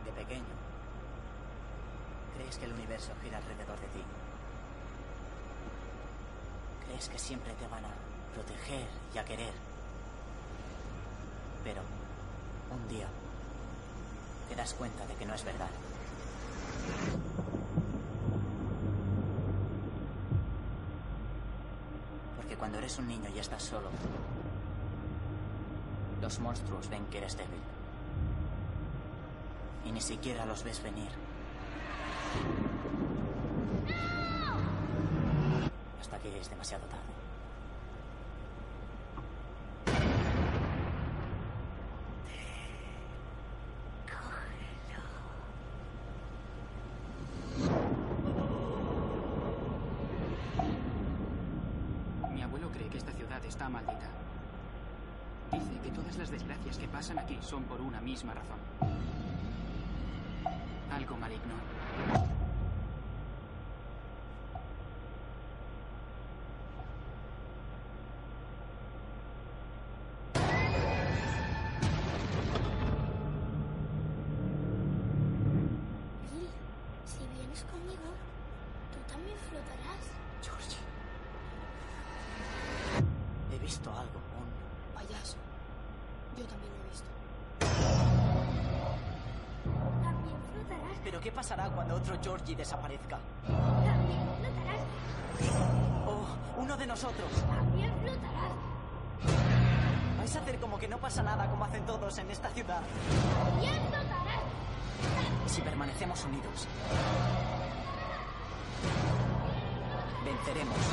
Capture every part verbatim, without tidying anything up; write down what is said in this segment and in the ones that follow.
De pequeño, crees que el universo gira alrededor de ti. Crees que siempre te van a proteger y a querer. Pero un día te das cuenta de que no es verdad. Porque cuando eres un niño y estás solo, los monstruos ven que eres débil. Y ni siquiera los ves venir. Hasta que es demasiado tarde. Mi abuelo cree que esta ciudad está maldita. Dice que todas las desgracias que pasan aquí son por una misma razón. Algo maligno. Bill, si vienes conmigo, tú también flotarás. Georgie. He visto algo, un... Payaso. Yo también lo he visto. También flotarás. ¿Pero qué pasará cuando otro Georgie desaparezca? También flotarás. Oh, uno de nosotros. También flotarás. ¿Vais a hacer como que no pasa nada como hacen todos en esta ciudad? También flotarás. ¿Y si permanecemos unidos? Venceremos.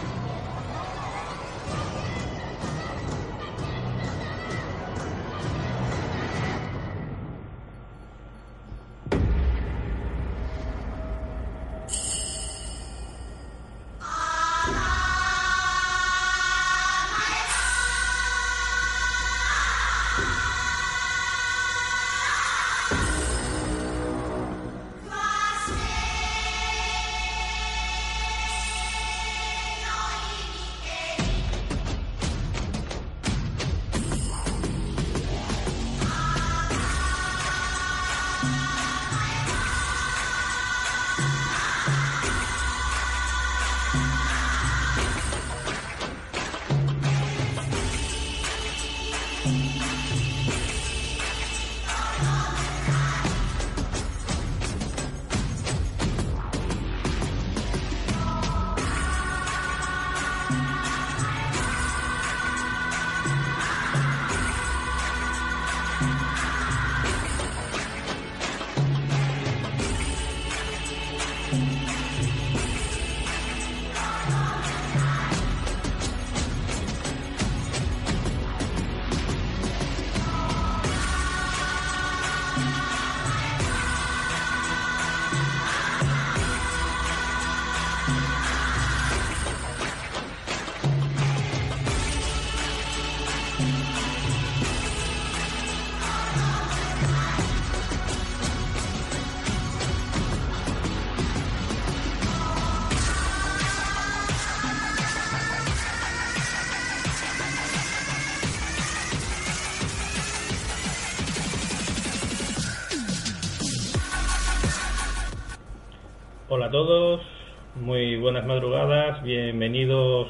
Hola a todos, muy buenas madrugadas, bienvenidos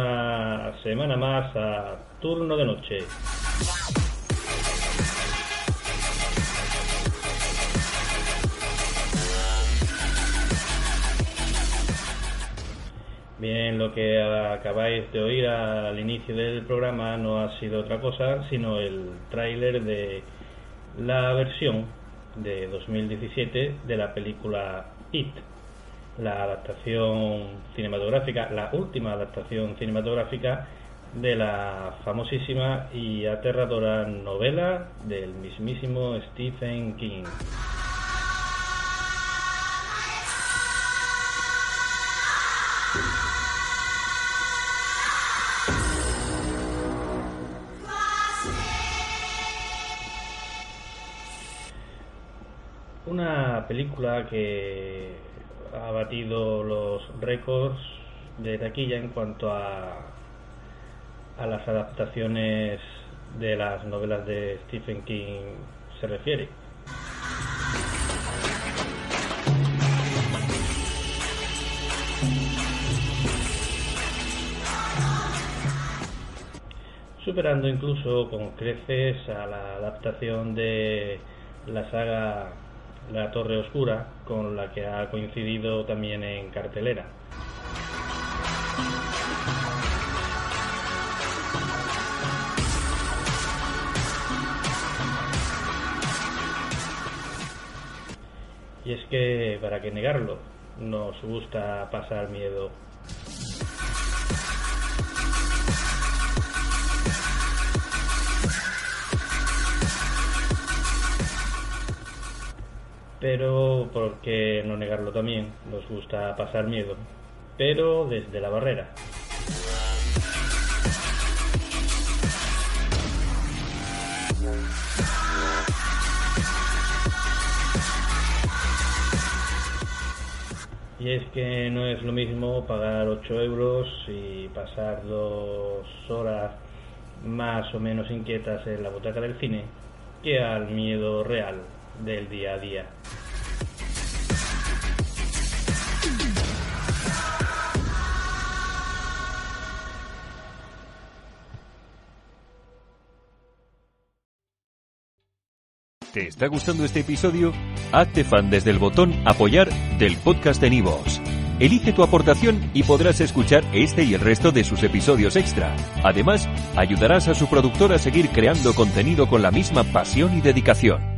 una semana más a Turno de Noche. Bien, lo que acabáis de oír al inicio del programa no ha sido otra cosa sino el tráiler de la versión de dos mil diecisiete de la película It, la adaptación cinematográfica, la última adaptación cinematográfica de la famosísima y aterradora novela del mismísimo Stephen King. Una película que ha batido los récords de taquilla en cuanto a, a las adaptaciones de las novelas de Stephen King se refiere. superando incluso con creces a la adaptación de la saga La Torre Oscura, con la que ha coincidido también en cartelera. Y es que, para qué negarlo, nos gusta pasar miedo. Pero, ¿por qué no negarlo también? Nos gusta pasar miedo, pero desde la barrera. Y es que no es lo mismo pagar ocho euros y pasar dos horas más o menos inquietas en la butaca del cine que al miedo real del día a día. ¿Te está gustando este episodio? Hazte fan desde el botón Apoyar del podcast de Nivos. Elige tu aportación y podrás escuchar este y el resto de sus episodios extra. Además, ayudarás a su productor a seguir creando contenido con la misma pasión y dedicación.